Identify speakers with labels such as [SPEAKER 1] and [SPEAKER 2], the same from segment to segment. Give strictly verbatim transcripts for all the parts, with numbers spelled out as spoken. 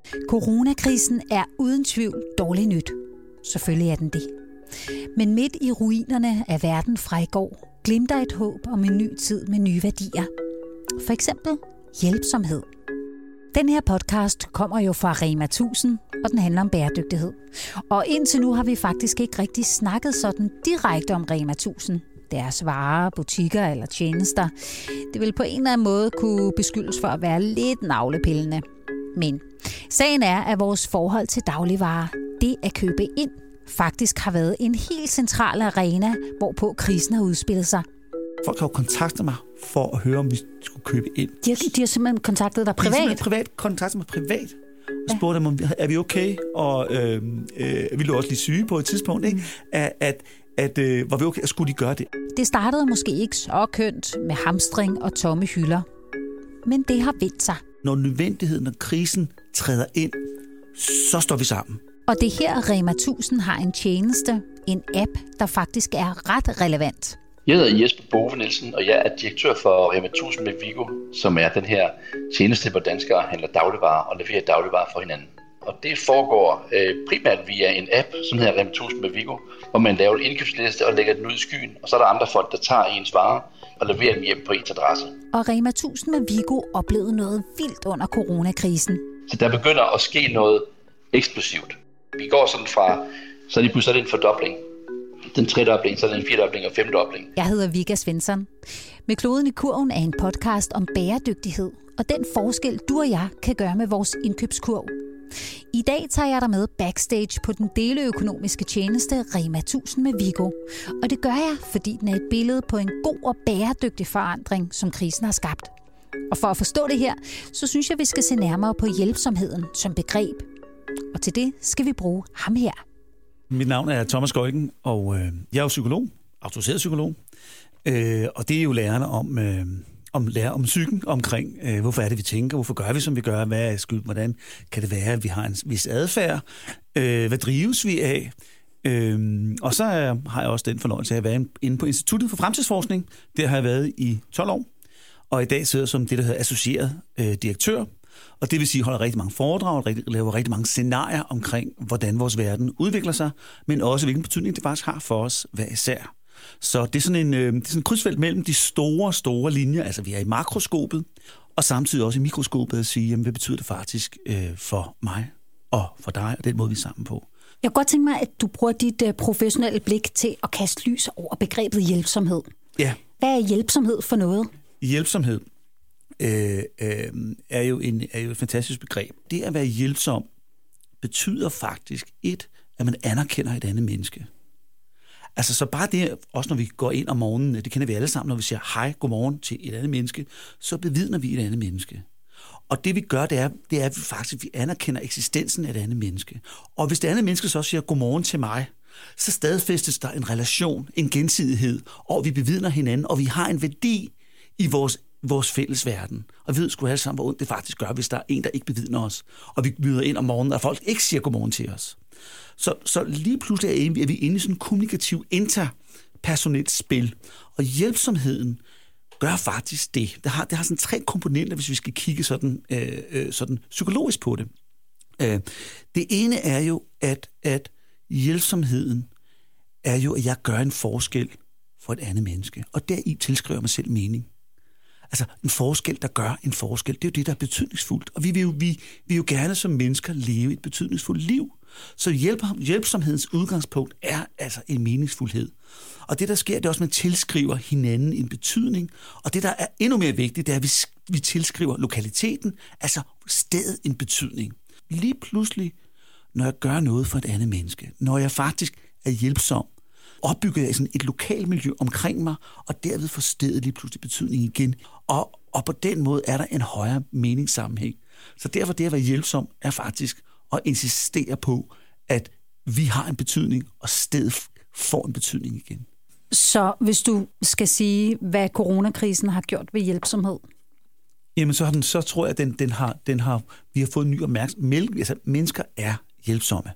[SPEAKER 1] Coronakrisen er uden tvivl dårlig nyt. Selvfølgelig er den det. Men midt i ruinerne af verden fra i går, glimter et håb om en ny tid med nye værdier. For eksempel hjælpsomhed. Den her podcast kommer jo fra Rema tusind, og den handler om bæredygtighed. Og indtil nu har vi faktisk ikke rigtig snakket sådan direkte om Rema tusind. Deres varer, butikker eller tjenester. Det vil på en eller anden måde kunne beskyldes for at være lidt navlepillende. Men sagen er, at vores forhold til dagligvarer, det at købe ind, faktisk har været en helt central arena, hvorpå krisen har udspillet sig.
[SPEAKER 2] Folk har jo kontaktet mig for at høre, om vi skulle købe ind.
[SPEAKER 1] De har, de har simpelthen kontaktet dig privat? De har
[SPEAKER 2] privat kontaktet mig privat. Og spurgte dem, om er vi okay? Og øh, øh, vi lå også lige syge på et tidspunkt, ikke? At, at, at øh, var vi okay, og skulle de gøre det?
[SPEAKER 1] Det startede måske ikke så kønt med hamstring og tomme hylder. Men det har vendt sig.
[SPEAKER 2] Når nødvendigheden og krisen træder ind, så står vi sammen.
[SPEAKER 1] Og det her Rema tusind har en tjeneste, en app, der faktisk er ret relevant.
[SPEAKER 3] Jeg hedder Jesper Bove Nielsen, og jeg er direktør for Rema tusind med Vigo, som er den her tjeneste, hvor danskere handler dagligvarer og leverer dagligvarer for hinanden. Og det foregår øh, primært via en app, som hedder Rema tusind med Vigo, hvor man laver en indkøbsliste og lægger den ud i skyen, og så er der andre folk, der tager ens varer og leverer dem hjem på ens adresse.
[SPEAKER 1] Og Rema tusind med Vigo oplevede noget vildt under coronakrisen.
[SPEAKER 3] Så der begynder at ske noget eksplosivt. Vi går sådan fra, så er det pludselig en fordobling. Den tredobling, så er det en firedobling og femdobling.
[SPEAKER 1] Jeg hedder Vika Svensson. Med Kloden i kurven er en podcast om bæredygtighed og den forskel, du og jeg kan gøre med vores indkøbskurv. I dag tager jeg dig med backstage på den deleøkonomiske tjeneste Rema tusind med Vigo. Og det gør jeg, fordi den er et billede på en god og bæredygtig forandring, som krisen har skabt. Og for at forstå det her, så synes jeg, vi skal se nærmere på hjælpsomheden som begreb. Og til det skal vi bruge ham her.
[SPEAKER 2] Mit navn er Thomas Geugen, og øh, jeg er jo psykolog, autoriseret psykolog. Øh, og det er jo lærerne om, øh, om, lære om psyken, omkring øh, hvorfor er det, vi tænker, hvorfor gør vi, som vi gør, hvad er skyld, hvordan kan det være, at vi har en vis adfærd, øh, hvad drives vi af. Øh, og så øh, har jeg også den fornøjelse af at være inde på Instituttet for Fremtidsforskning. Der har jeg været i tolv år, og i dag sidder jeg som det, der hedder associeret øh, direktør. Og det vil sige, holder rigtig mange foredrag, laver rigtig mange scenarier omkring, hvordan vores verden udvikler sig, men også hvilken betydning det faktisk har for os hver især. Så det er sådan en, øh, det er sådan en krydsfelt mellem de store, store linjer, altså vi er i makroskopet, og samtidig også i mikroskopet at sige, jamen, hvad betyder det faktisk øh, for mig og for dig, og den måde vi er sammen på.
[SPEAKER 1] Jeg kunne godt tænke mig, at du bruger dit øh, professionelle blik til at kaste lys over begrebet hjælpsomhed.
[SPEAKER 2] Ja.
[SPEAKER 1] Hvad er hjælpsomhed for noget?
[SPEAKER 2] Hjælpsomhed Øh, øh, er, jo en, er jo et fantastisk begreb. Det at være hjælpsom betyder faktisk et, at man anerkender et andet menneske. Altså så bare det, også når vi går ind om morgenen, det kender vi alle sammen, når vi siger hej, godmorgen til et andet menneske, så bevidner vi et andet menneske. Og det vi gør, det er, det er at vi faktisk vi anerkender eksistensen af et andet menneske. Og hvis det andet menneske så siger godmorgen til mig, så stadfæstes der en relation, en gensidighed, og vi bevidner hinanden, og vi har en værdi i vores vores fælles verden. Og vi ved sgu alle sammen, hvor ondt det faktisk gør, hvis der er en, der ikke bevidner os. Og vi møder ind om morgenen, og folk ikke siger godmorgen til os. Så, så lige pludselig er vi inde i sådan en kommunikativ, interpersonelt spil. Og hjælpsomheden gør faktisk det. Det har, det har sådan tre komponenter, hvis vi skal kigge sådan, øh, øh, sådan psykologisk på det. Øh, det ene er jo, at, at hjælpsomheden er jo, at jeg gør en forskel for et andet menneske. Og deri tilskriver jeg mig selv mening. Altså en forskel, der gør en forskel, det er jo det, der er betydningsfuldt. Og vi vil jo, vi, vi vil jo gerne som mennesker leve et betydningsfuldt liv. Så hjælp, hjælpsomhedens udgangspunkt er altså en meningsfuldhed. Og det, der sker, det er også, at man tilskriver hinanden en betydning. Og det, der er endnu mere vigtigt, det er, at vi, vi tilskriver lokaliteten, altså stedet, en betydning. Lige pludselig, når jeg gør noget for et andet menneske, når jeg faktisk er hjælpsom, opbygger jeg sådan et lokalmiljø omkring mig, og derved får stedet lige pludselig betydning igen. Og, og på den måde er der en højere meningssammenhæng. Så derfor det at være hjælpsom er faktisk at insistere på, at vi har en betydning, og stedet får en betydning igen.
[SPEAKER 1] Så hvis du skal sige, hvad coronakrisen har gjort ved hjælpsomhed?
[SPEAKER 2] Jamen så, har den, så tror jeg, at den, den har, den har, vi har fået en ny opmærksomhed. Altså, mennesker er hjælpsomme.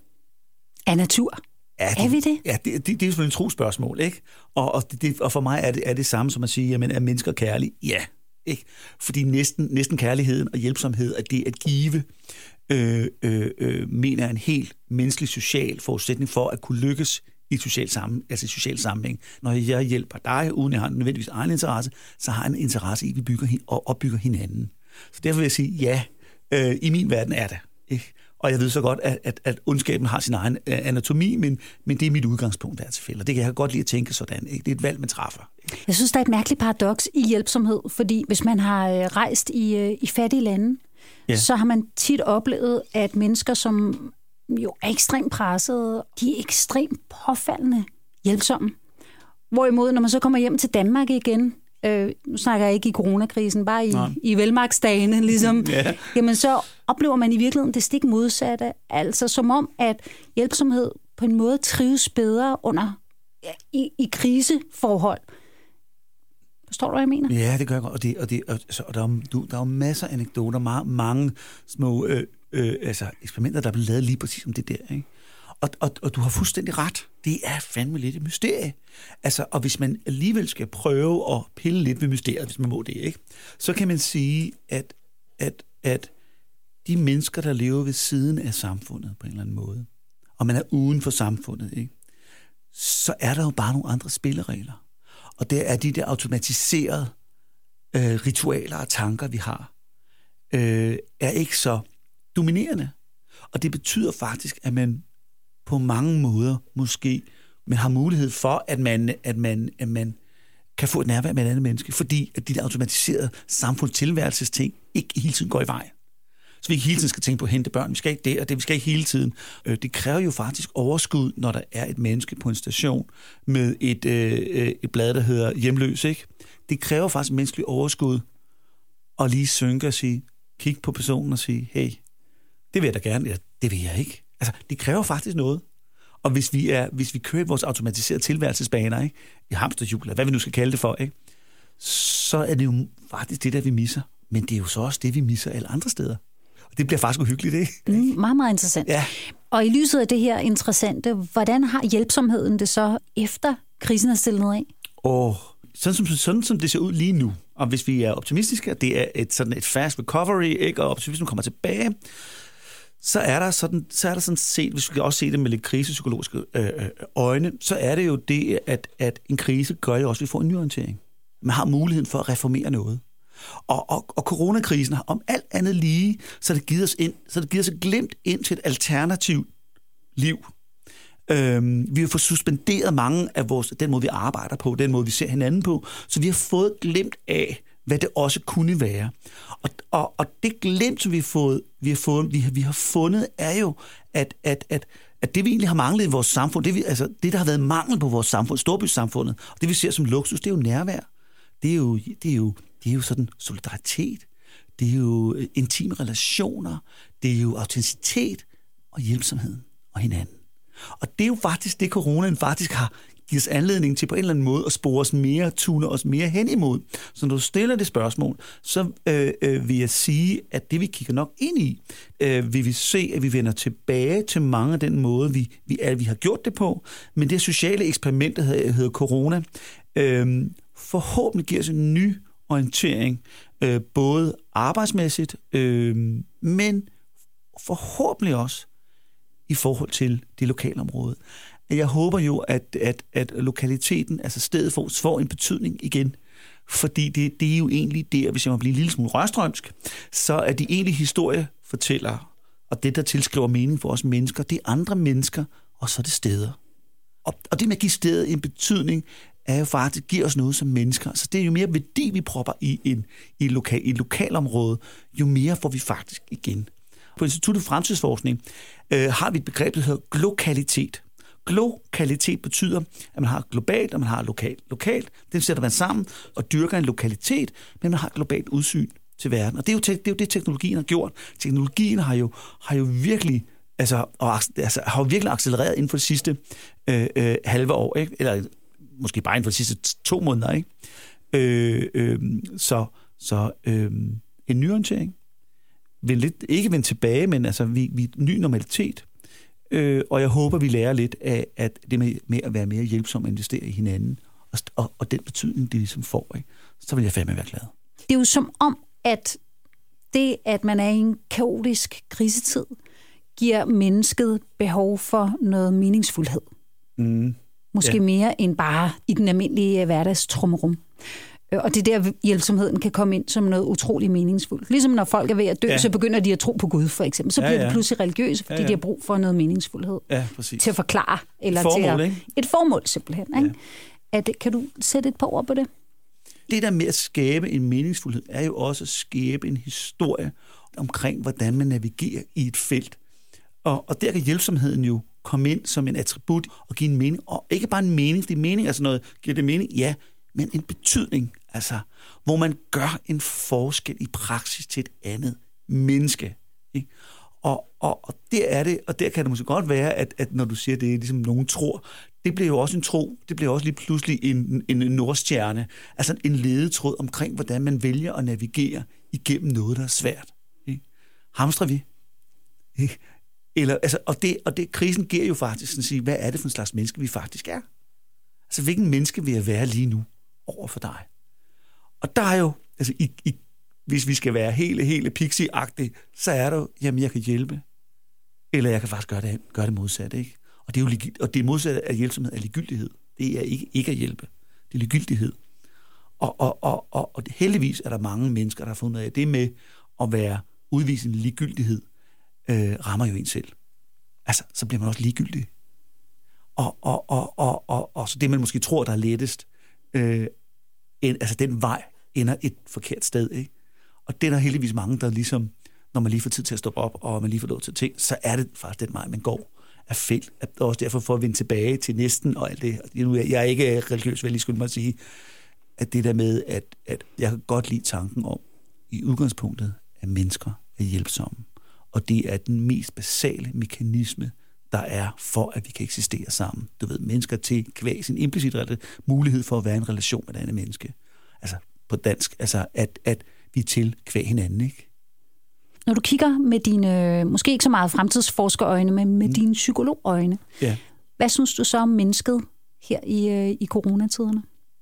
[SPEAKER 1] Af natur?
[SPEAKER 2] Ja, det,
[SPEAKER 1] er vi det?
[SPEAKER 2] Ja, det, det, det er selvfølgelig et trospørgsmål, ikke? Og, og, det, og for mig er det, er det samme som at sige, jamen er mennesker kærlige? Ja, ikke? Fordi næsten, næsten kærligheden og hjælpsomhed er det at give. øh, øh, øh, mener jeg en helt menneskelig social forudsætning for at kunne lykkes i social sammen, altså i social sammenhæng. Når jeg hjælper dig, uden jeg har nødvendigvis egen interesse, så har jeg en interesse i, at vi bygger og opbygger hinanden. Så derfor vil jeg sige, ja, øh, i min verden er det. Ikke? Og jeg ved så godt, at, at, at ondskaben har sin egen anatomi, men, men det er mit udgangspunkt der til fælde. Og det kan jeg godt lide at tænke sådan. Ikke? Det er et valg, man træffer.
[SPEAKER 1] Jeg synes, der er et mærkeligt paradoks i hjælpsomhed, fordi hvis man har rejst i, i fattige lande, ja. så har man tit oplevet, at mennesker, som jo er ekstremt pressede, de er ekstremt påfaldende hjælpsomme. Hvorimod, når man så kommer hjem til Danmark igen, øh, nu snakker jeg ikke i coronakrisen, bare i, i velmarksdagene, ligesom, ja. jamen så oplever man i virkeligheden det stik modsatte. Altså som om, at hjælpsomhed på en måde trives bedre under ja, i, i kriseforhold. Forstår du, hvad jeg mener?
[SPEAKER 2] Ja, det gør jeg godt. Og, det, og, det, og, så, og der, er, du, der er jo masser af anekdoter, mange, mange små øh, øh, altså, eksperimenter, der er blevet lavet lige præcis om det der. Ikke? Og, og, og du har fuldstændig ret. Det er fandme lidt et mysterie. Altså, og hvis man alligevel skal prøve at pille lidt ved mysteriet, hvis man må det, ikke, så kan man sige, at, at, at de mennesker, der lever ved siden af samfundet på en eller anden måde, og man er uden for samfundet, ikke, så er der jo bare nogle andre spilleregler. Og det er de der automatiserede øh, ritualer og tanker, vi har, øh, er ikke så dominerende. Og det betyder faktisk, at man på mange måder måske man har mulighed for, at man, at man, at man kan få et nærvær med et andet menneske, fordi at de der automatiserede samfundstilværelsesting ikke hele tiden går i vej. Så vi ikke hele tiden skal tænke på at hente børn. Vi skal ikke det, og det vi skal ikke hele tiden. Det kræver jo faktisk overskud, når der er et menneske på en station med et, øh, et blad, der hedder hjemløs. Ikke? Det kræver faktisk menneskelig overskud at lige synke og sige, kigge på personen og sige, hey, det vil jeg da gerne. Ja, det vil jeg ikke. Altså, det kræver faktisk noget. Og hvis vi, er, hvis vi kører vores automatiserede tilværelsesbaner, ikke? I hamsterhjul, eller hvad vi nu skal kalde det for, ikke? Så er det jo faktisk det, der vi misser. Men det er jo så også det, vi misser alle andre steder. Og det bliver faktisk uhyggeligt, ikke?
[SPEAKER 1] Mm, meget, meget interessant.
[SPEAKER 2] Ja.
[SPEAKER 1] Og i lyset af det her interessante, hvordan har hjælpsomheden det så efter krisen er stillet ned af?
[SPEAKER 2] Åh, sådan som, sådan som det ser ud lige nu, og hvis vi er optimistiske, det er et, sådan et fast recovery, ikke? Og optimismen kommer tilbage, så er der sådan, så er der sådan set, hvis vi kan også se det med lidt krisepsykologiske øh, øjne, så er det jo det, at, at en krise gør jo også, at vi får en nyorientering. Man har muligheden for at reformere noget. Og, og, og coronakrisen har om alt andet lige, så det givet os ind, så det givet os glemt ind til et alternativt liv. Øhm, vi har fået suspenderet mange af vores, den måde, vi arbejder på, den måde, vi ser hinanden på, så vi har fået glemt af, hvad det også kunne være. Og, og, og det glemt, som vi har fået, vi har, fået, vi har, vi har fundet, er jo, at, at, at, at det, vi egentlig har manglet i vores samfund, det, vi, altså, det der har været mangel på vores samfund, storbysamfundet, og det, vi ser som luksus, det er jo nærvær. Det er jo, det er jo, det er jo sådan solidaritet, det er jo intime relationer, det er jo autenticitet og hjælpsomhed og hinanden. Og det er jo faktisk det, coronaen faktisk har givet os anledning til på en eller anden måde at spore os mere, tune os mere hen imod. Så når du stiller det spørgsmål, så øh, øh, vil jeg sige, at det vi kigger nok ind i, øh, vil vi se, at vi vender tilbage til mange af den måde, vi, vi, at vi har gjort det på. Men det sociale eksperiment, der hedder, hedder corona, øh, forhåbentlig giver os en ny orientering, øh, både arbejdsmæssigt, øh, men forhåbentlig også i forhold til det lokale område. Jeg håber jo, at, at, at lokaliteten, altså stedet får, får en betydning igen, fordi det, det er jo egentlig der, hvis jeg må blive en lille smule rørstrømsk, så er de egentlige historiefortællere, og det, der tilskriver mening for os mennesker, det er andre mennesker, og så er det steder. Og, og det med at give stedet en betydning, er jo faktisk, giver os noget som mennesker. Så det er jo mere værdi, vi propper i, en, i, et, lokal, i et lokalområde, jo mere får vi faktisk igen. På Institut for Fremtidsforskning øh, har vi et begreb, der hedder glokalitet. Glokalitet betyder, at man har globalt, og man har lokalt. Lokalt, den sætter man sammen og dyrker en lokalitet, men man har globalt udsyn til verden. Og det er jo, det, er jo det, teknologien har gjort. Teknologien har jo, har jo virkelig, altså, og, altså, har jo virkelig accelereret inden for det sidste øh, øh, halve år, ikke? Eller måske bare inden for de sidste to måneder. Ikke? Øh, øh, så så øh, en nyorientering. Vend lidt, ikke vende tilbage, men altså vi, vi ny normalitet. Øh, og jeg håber, vi lærer lidt af at det med, med at være mere hjælpsom og investere i hinanden, og, og, og den betydning, det ligesom får. Ikke? Så vil jeg fandme være glad.
[SPEAKER 1] Det er jo som om, at det, at man er i en kaotisk krisetid, giver mennesket behov for noget meningsfuldhed.
[SPEAKER 2] Mm.
[SPEAKER 1] Måske ja. mere end bare i den almindelige hverdagstrummerum. Og det er der, hjælpsomheden kan komme ind som noget utroligt meningsfuldt. Ligesom når folk er ved at dø, ja. så begynder de at tro på Gud, for eksempel. Så bliver ja, ja. de pludselig religiøse, fordi ja, ja. de har brug for noget meningsfuldhed.
[SPEAKER 2] Ja, præcis.
[SPEAKER 1] Til at forklare. Eller
[SPEAKER 2] formål,
[SPEAKER 1] til at,
[SPEAKER 2] ikke?
[SPEAKER 1] Et formål, simpelthen. Ikke?
[SPEAKER 2] Ja.
[SPEAKER 1] At, kan du sætte et par ord på det?
[SPEAKER 2] Det der med at skabe en meningsfuldhed, er jo også at skabe en historie omkring, hvordan man navigerer i et felt. Og, og der kan hjælpsomheden jo komme ind som en attribut og give en mening. Og ikke bare en mening, det er mening, altså noget, giver det mening? Ja, men en betydning, altså, hvor man gør en forskel i praksis til et andet menneske. Ikke? Og, og, og der er det, og der kan det måske godt være, at, at når du siger det, ligesom nogen tror, det bliver jo også en tro, det bliver også lige pludselig en, en nordstjerne, altså en ledetråd omkring, hvordan man vælger at navigere igennem noget, der er svært. Ikke? Hamstrer vi? Ikke? Eller, altså, og, det, og det, krisen giver jo faktisk sådan at sige, hvad er det for en slags menneske, vi faktisk er? Altså, hvilken menneske vil jeg være lige nu over for dig? Og der er jo, altså, i, i, hvis vi skal være hele, hele pixie-agtige, så er der jo, jamen, jeg kan hjælpe, eller jeg kan faktisk gøre det, gøre det modsatte, ikke? Og det er jo og det modsatte af hjælpsomhed er ligegyldighed. Det er ikke, ikke at hjælpe. Det er ligegyldighed. Og, og, og, og, og heldigvis er der mange mennesker, der har fundet af, at det med at være udvise en ligegyldighed, øh, rammer jo en selv. Altså, så bliver man også ligegyldig. Og, og, og, og, og, og så det, man måske tror, der er lettest, øh, en, altså den vej ender et forkert sted, ikke? Og det er der heldigvis mange, der ligesom, når man lige får tid til at stoppe op, og man lige får lov til ting, så er det faktisk den vej, man går. Er fedt. Og også derfor for at vende tilbage til næsten og alt det. Jeg er ikke religiøs, vel, lige skulle man sige, at det der med, at, at jeg kan godt lide tanken om, i udgangspunktet, at mennesker er hjælpsomme. Og det er den mest basale mekanisme, der er for, at vi kan eksistere sammen. Du ved, mennesker til kvæg sin implicit mulighed for at være i en relation med et andet menneske. Altså på dansk, altså at, at vi er til kvæg hinanden, ikke?
[SPEAKER 1] Når du kigger med dine, måske ikke så meget fremtidsforskerøjne, men med mm. dine psykologøjne,
[SPEAKER 2] ja. Hvad
[SPEAKER 1] synes du så om mennesket her i, i coronatiderne?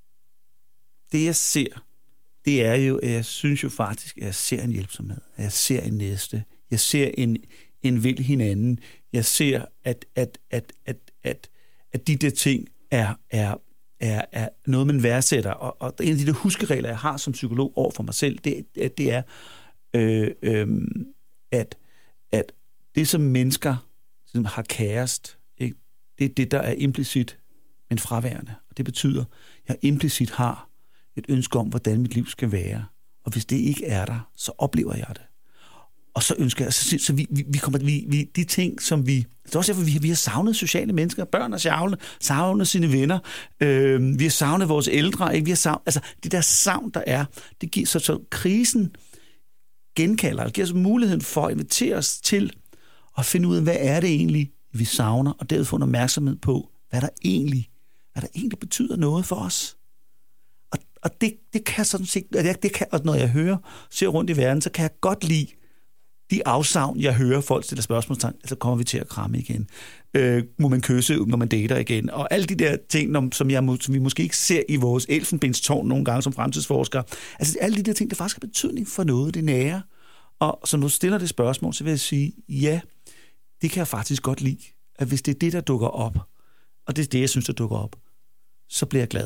[SPEAKER 2] Det jeg ser, det er jo, at jeg synes jo faktisk, at jeg ser en hjælpsomhed. At jeg ser en næste. Jeg ser en, en vil hinanden. Jeg ser, at, at, at, at, at, at de der ting er, er, er, er noget, man værdsætter. Og, og en af de der huskeregler, jeg har som psykolog over for mig selv, det, det er, Øh, øh, at, at det, som mennesker som har kærest, ikke, det er det, der er implicit, men fraværende. Og det betyder, at jeg implicit har et ønske om, hvordan mit liv skal være. Og hvis det ikke er der, så oplever jeg det. Og så ønsker jeg, så, så vi, vi, vi kommer, vi, vi, de ting, som vi, det er også derfor, vi, vi har savnet sociale mennesker, børn og savnet, savnet sine venner, øh, vi har savnet vores ældre, ikke? Vi har savnet, altså det der savn, der er, det giver så, så krisen genkalder, det giver os muligheden for at invitere os til at finde ud af, hvad er det egentlig, vi savner, og derved få en opmærksomhed på, hvad der egentlig, hvad der egentlig betyder noget for os. Og, og det, det kan sådan set, det kan, og når jeg hører, ser rundt i verden, så kan jeg godt lide de afsavn, jeg hører folk stille spørgsmålstegn, altså kommer vi til at kramme igen? Øh, må man kysse, når man dater igen? Og alle de der ting, som, jeg, som vi måske ikke ser i vores elfenbenstårn nogle gange som fremtidsforskere. Altså alle de der ting, der faktisk har betydning for noget, det nære. Og så når du stiller det spørgsmål, så vil jeg sige, ja, det kan jeg faktisk godt lide. At hvis det er det, der dukker op, og det er det, jeg synes, der dukker op, så bliver jeg glad.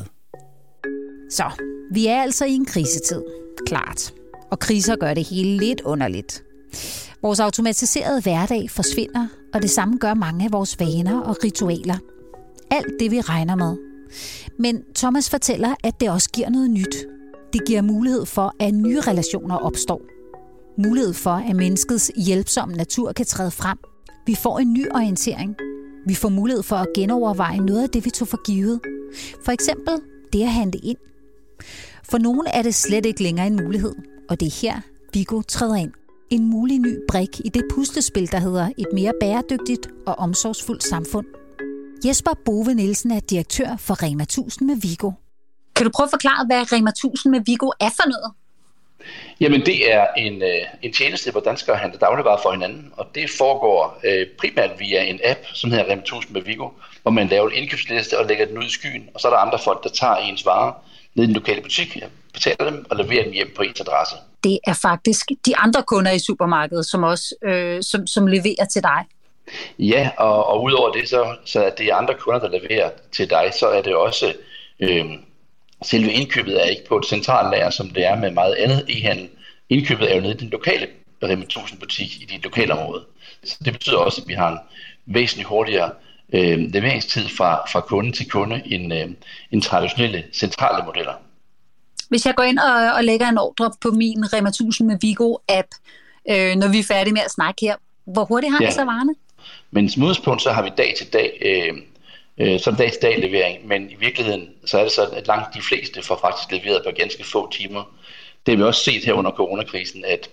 [SPEAKER 1] Så, vi er altså i en krisetid. Klart. Og kriser gør det hele lidt underligt. Vores automatiserede hverdag forsvinder, og det samme gør mange af vores vaner og ritualer. Alt det, vi regner med. Men Thomas fortæller, at det også giver noget nyt. Det giver mulighed for, at nye relationer opstår. Mulighed for, at menneskets hjælpsomme natur kan træde frem. Vi får en ny orientering. Vi får mulighed for at genoverveje noget af det, vi tog for givet. For eksempel det at handle ind. For nogen er det slet ikke længere en mulighed, og det er her, Viggo træder ind. En mulig ny brik i det puslespil, der hedder et mere bæredygtigt og omsorgsfuldt samfund. Jesper Bove Nielsen er direktør for Rema tusind med Viggo. Kan du prøve at forklare, hvad Rema tusind med Viggo er for noget?
[SPEAKER 3] Jamen det er en, en tjeneste, hvor danskere handler dagligvarer for hinanden, og det foregår øh, primært via en app, som hedder Rema tusind med Viggo, hvor man laver en indkøbsliste og lægger den ud i skyen, og så er der andre folk, der tager ens varer ned i den lokale butik. betaler dem og leverer dem hjem på ens adresse.
[SPEAKER 1] Det er faktisk de andre kunder i supermarkedet, som også øh, som, som leverer til dig.
[SPEAKER 3] Ja, og, og udover det, så, så er det andre kunder, der leverer til dig, så er det også, øh, selve indkøbet er ikke på et centralt lager, som det er med meget andet e-handel. Indkøbet er jo nede i den lokale Rema tusind butik i dit lokale område. Så det betyder også, at vi har en væsentligt hurtigere øh, leveringstid fra, fra kunde til kunde end, øh, end traditionelle centrale modeller.
[SPEAKER 1] Hvis jeg går ind og, og lægger en ordre på min Rema tusind med Vigo-app, øh, når vi er færdige med at snakke her, hvor hurtigt har I ja. så varerne?
[SPEAKER 3] Men som udgangspunkt, så har vi dag til dag, øh, øh, så dag til dag levering, men i virkeligheden, så er det sådan, at langt de fleste får faktisk leveret på ganske få timer. Det har vi også set her under coronakrisen, at,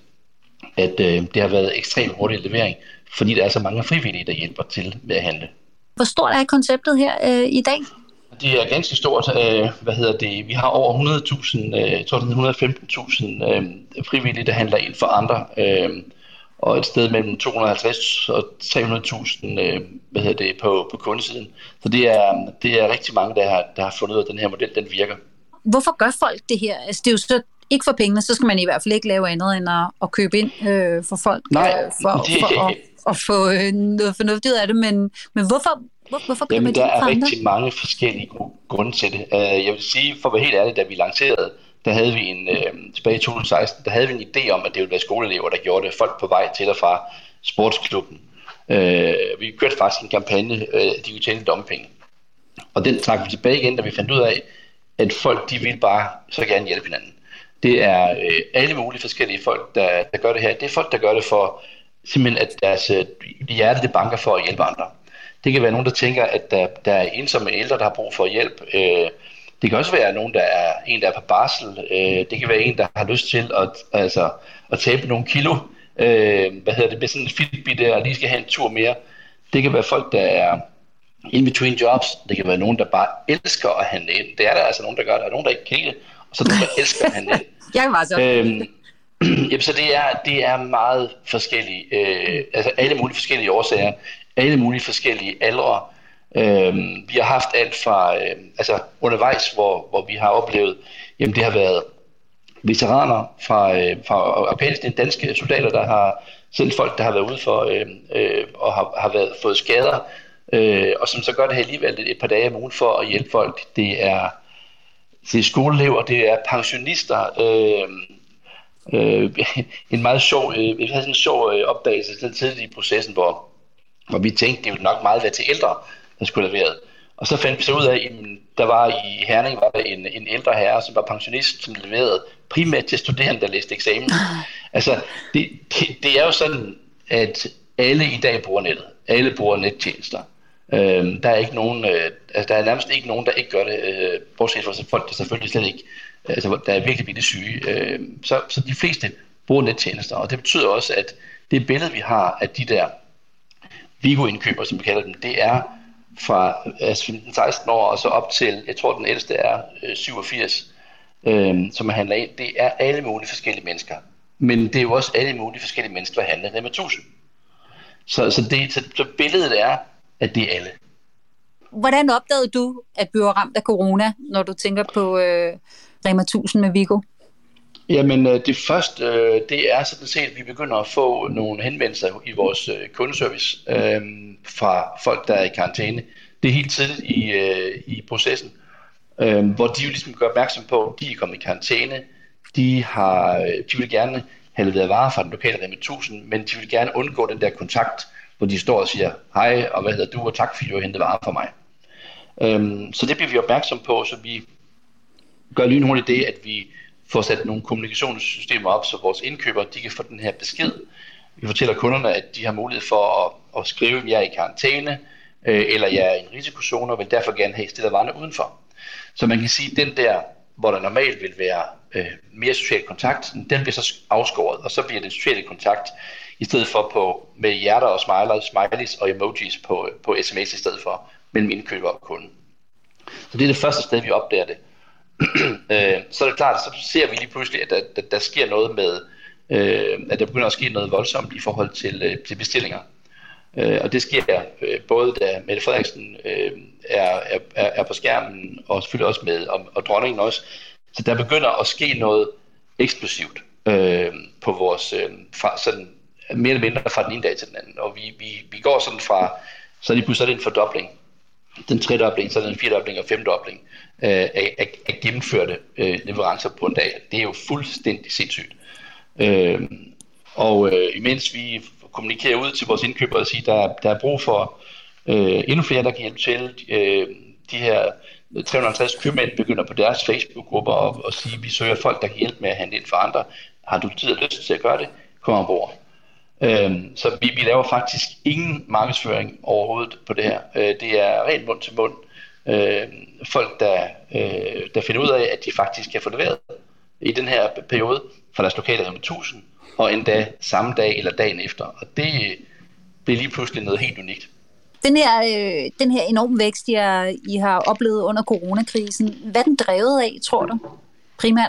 [SPEAKER 3] at øh, det har været ekstremt hurtig levering, fordi der er så mange frivillige, der hjælper til med at handle.
[SPEAKER 1] Hvor stort er konceptet her øh, i dag?
[SPEAKER 3] Det er ganske stort. Øh, hvad hedder det? Vi har over hundrede tusind, øh, jeg tror det er et hundrede og femten tusind øh, frivillige, der handler ind for andre. Øh, og et sted mellem to hundrede og halvtreds og tre hundrede tusind øh, hvad hedder det, på, på kundesiden. Så det er, det er rigtig mange, der har, der har fundet ud af, at den her model den virker. Hvorfor
[SPEAKER 1] gør folk det her? Altså, det er jo så ikke for pengene, så skal man i hvert fald ikke lave andet end at, at købe ind øh, for folk.
[SPEAKER 3] Nej,
[SPEAKER 1] øh, for,
[SPEAKER 3] det,
[SPEAKER 1] for at, at få øh, noget fornuftigt af det. Men, men hvorfor, hvor, hvorfor gør man det?
[SPEAKER 3] Der er rigtig mange forskellige grunde til det. Jeg vil sige, for at være helt ærlig, da vi lancerede, der havde vi en, øh, tilbage i to tusind og seksten, der havde vi en idé om, at det ville være skoleelever, der gjorde det, folk på vej til og fra sportsklubben. Øh, vi kørte faktisk en kampagne, øh, digital dumping. Og den trak vi tilbage igen, da vi fandt ud af, at folk, de vil bare så gerne hjælpe hinanden. Det er øh, alle mulige forskellige folk, der, der gør det her. Det er folk, der gør det for simpelthen, at deres øh, hjerte det banker for at hjælpe andre. Det kan være nogen, der tænker, at der, der er ensomme ældre, der har brug for hjælp. Øh, Det kan også være nogen, der er en, der er på barsel. Øh, det kan være en, der har lyst til at, altså, at tabe nogle kilo. Øh, hvad hedder det? Med sådan en fitbit der, og lige skal have en tur mere. Det kan være folk, der er in between jobs. Det kan være nogen, der bare elsker at handle ind. Det er der altså nogen, der gør det. Der er nogen, der ikke kan det. Og så er der nogen, der elsker at handle ind.
[SPEAKER 1] Jeg var så.
[SPEAKER 3] Øhm, jamen, så det er, det er meget forskellige. Øh, altså alle mulige forskellige årsager. Alle mulige forskellige aldre. Øhm, vi har haft alt fra øh, altså undervejs, hvor, hvor vi har oplevet, jamen det har været veteraner fra, øh, fra Afghanistan, danske soldater, der har sendt folk, der har været ude for øh, øh, og har, har været, fået skader, øh, og som så gør det her alligevel et, et par dage om ugen for at hjælpe folk. Det er, det er skoleelever, det er pensionister. Øh, øh, en meget sjov, øh, vi havde sådan en sjov øh, opdagelse sådan tidligt i processen, hvor, hvor vi tænkte, det ville nok meget være til ældre, der skulle leveret. Og så fandt vi så ud af, at der var i Herning var der en, en ældre herre, som var pensionist, som leverede primært til studerende, der læste eksamen. Altså, det, det, det er jo sådan, at alle i dag bruger nettet. Alle bruger nettjenester. Øhm, der er ikke nogen, øh, altså, der er nærmest ikke nogen, der ikke gør det, øh, bortset fra folk, der selvfølgelig slet ikke, altså, der er virkelig virkelig syge. Øh, så, så de fleste bruger nettjenester, og det betyder også, at det billede, vi har af de der Vigo-indkøber, som vi kalder dem, det er fra altså femten til seksten år og så op til, jeg tror den ældste er øh, syvogfirs, øh, som man handler ind. Det er alle mulige forskellige mennesker. Men det er jo også alle mulige forskellige mennesker, der handler Rema tusind. Så, så, det, så, så billedet er, at det er alle.
[SPEAKER 1] Hvordan opdagede du, at du var ramt af corona, når du tænker på øh, Rema tusind med Vigo?
[SPEAKER 3] Jamen det første, øh, det er sådan set, at vi begynder at få nogle henvendelser i vores øh, kundeservice øh, fra folk, der er i karantæne. Det er helt tidligt i, øh, i processen, øh, hvor de jo ligesom gør opmærksom på, at de er kommet i karantæne. De, har, de vil gerne have leveret varer fra den lokale Rema tusind, men de vil gerne undgå den der kontakt, hvor de står og siger, hej, og hvad hedder du, og tak fordi du har hentet varer for mig. Øh, så det bliver vi opmærksom på, så vi gør lynhurtigt det, at vi får sat nogle kommunikationssystemer op, så vores indkøbere de kan få den her besked. Vi fortæller kunderne, at de har mulighed for at, at skrive, at jeg er i karantæne, øh, eller jeg er i en risikozone, og vil derfor gerne have stillet varerne udenfor. Så man kan sige, at den der, hvor der normalt vil være øh, mere social kontakt, den bliver så afskåret, og så bliver den sociale kontakt i stedet for på, med hjerter og smiler, smileys og emojis på, på sms i stedet for mellem indkøber og kunde. Så det er det første sted, vi opdager det. øh, så er det klart, så ser vi lige pludselig, at der, der, der sker noget med, øh, at der begynder at ske noget voldsomt i forhold til, øh, til bestillinger. Øh, og det sker øh, både da Mette Frederiksen øh, er, er, er på skærmen, og selvfølgelig også med, og, og dronningen også, Så der begynder at ske noget eksplosivt øh, på vores, øh, fra, sådan, mere eller mindre fra den ene dag til den anden. Og vi, vi, vi går sådan fra, så lige pludselig er det en fordobling, den tredobling, så er det en firedobling og femdobling øh, af, af, af gennemførte øh, leverancer på en dag. Det er jo fuldstændig sindssygt. Øh, og øh, imens vi kommunikerer ud til vores indkøbere og siger, der, der er brug for øh, endnu flere, der kan hjælpe til. Øh, de her tre hundrede og halvtreds købmænd begynder på deres Facebook-grupper og, og sige, vi søger folk, der kan hjælpe med at handle ind for andre. Har du tid og lyst til at gøre det? Kom ombord. Øh, så vi, vi laver faktisk ingen markedsføring overhovedet på det her. Øh, det er rent mund til mund. Øh, folk, der, øh, der finder ud af, at de faktisk kan få leveret i den her periode fra deres lokale Rema tusind, og endda samme dag eller dagen efter. Og det bliver lige pludselig noget helt unikt.
[SPEAKER 1] Den her, øh, den her enorme vækst, I har, I har oplevet under coronakrisen, hvad er den drevet af, tror du, primært?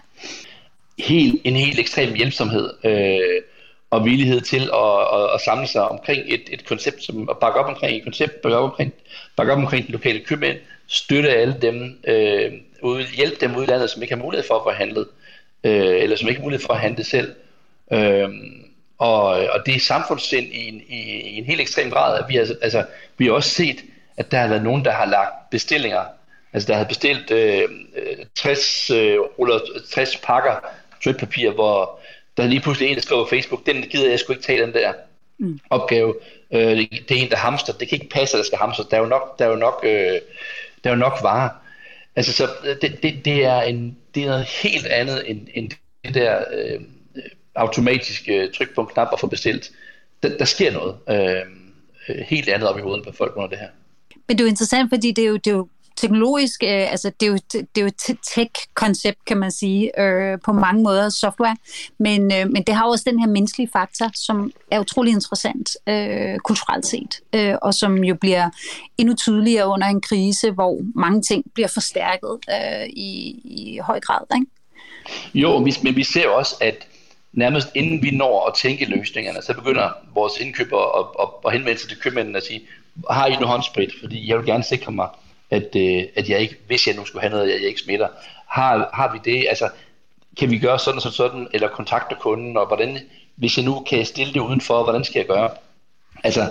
[SPEAKER 3] Helt, en helt ekstrem hjælpsomhed øh, og villighed til at, at, at samle sig omkring et, et koncept, som at bakke op omkring et koncept, bakke op omkring, bakke op omkring de lokale købmænd, støtte alle dem, øh, ude, hjælpe dem ude i landet, som ikke har mulighed for at få handlet, øh, eller som ikke har mulighed for at handle selv. Øh, Og, og det er samfundssind i en, i, i en helt ekstrem grad. Vi har, altså, vi har også set, at der har været nogen, der har lagt bestillinger. Altså der har bestilt øh, tres, øh, tres pakker trykpapir, hvor der lige pludselig en, der skriver på Facebook, den gider jeg sgu ikke tage den der mm. opgave. Øh, det er en, der hamster. Det kan ikke passe, at der skal hamstres. Der er jo nok, der er jo nok, øh, der er jo nok varer. Altså så det, det, det, er, en, det er noget helt andet end, end det der... Øh, automatisk øh, tryk på en knap og få bestilt. Der, der sker noget øh, helt andet op i hovedet på folk under det her.
[SPEAKER 1] Men det er jo interessant, fordi det er jo, det er jo teknologisk, øh, altså det er jo, det er jo et tech-koncept, kan man sige, øh, på mange måder, software, men, øh, men det har også den her menneskelige faktor, som er utrolig interessant øh, kulturelt set, øh, og som jo bliver endnu tydeligere under en krise, hvor mange ting bliver forstærket øh, i, i høj grad, ikke?
[SPEAKER 3] Jo, men vi ser jo også, at nærmest inden vi når at tænke løsningerne, så begynder vores indkøbere at, at, at henvende sig til købmændene og sige, har I noget håndsprit? Fordi jeg vil gerne sikre mig, at, at jeg ikke, hvis jeg nu skulle have noget, at jeg ikke smitter. Har, har vi det? Altså, kan vi gøre sådan og sådan, sådan, eller kontakte kunden, og hvordan, hvis jeg nu kan stille det udenfor, hvordan skal jeg gøre? Altså,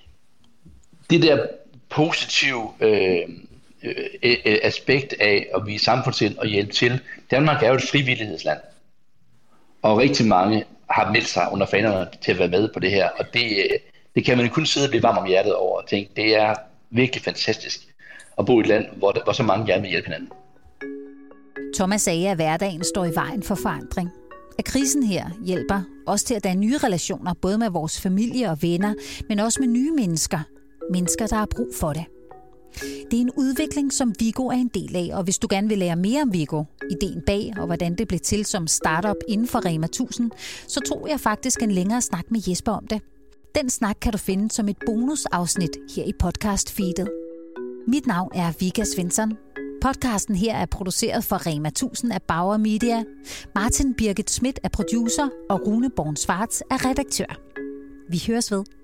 [SPEAKER 3] det der positive øh, øh, aspekt af at vise samfundssind og hjælpe til. Danmark er jo et frivillighedsland. Og rigtig mange har meldt sig under fanerne til at være med på det her. Og det, det kan man kun sidde og blive varm om hjertet over og tænke, det er virkelig fantastisk at bo i et land, hvor, hvor så mange gerne vil hjælpe hinanden.
[SPEAKER 1] Thomas sagde, at hverdagen står i vejen for forandring. At krisen her hjælper også til at danne nye relationer, både med vores familie og venner, men også med nye mennesker. Mennesker, der har brug for det. Det er en udvikling, som Viggo er en del af, og hvis du gerne vil lære mere om Viggo, ideen bag og hvordan det blev til som startup inden for Rema tusind, så tog jeg faktisk en længere snak med Jesper om det. Den snak kan du finde som et bonusafsnit her i podcast-feedet. Mit navn er Vika Svensson. Podcasten her er produceret for Rema tusind af Bauer Media. Martin Birgit Schmidt er producer, og Rune Born Schwartz er redaktør. Vi høres ved.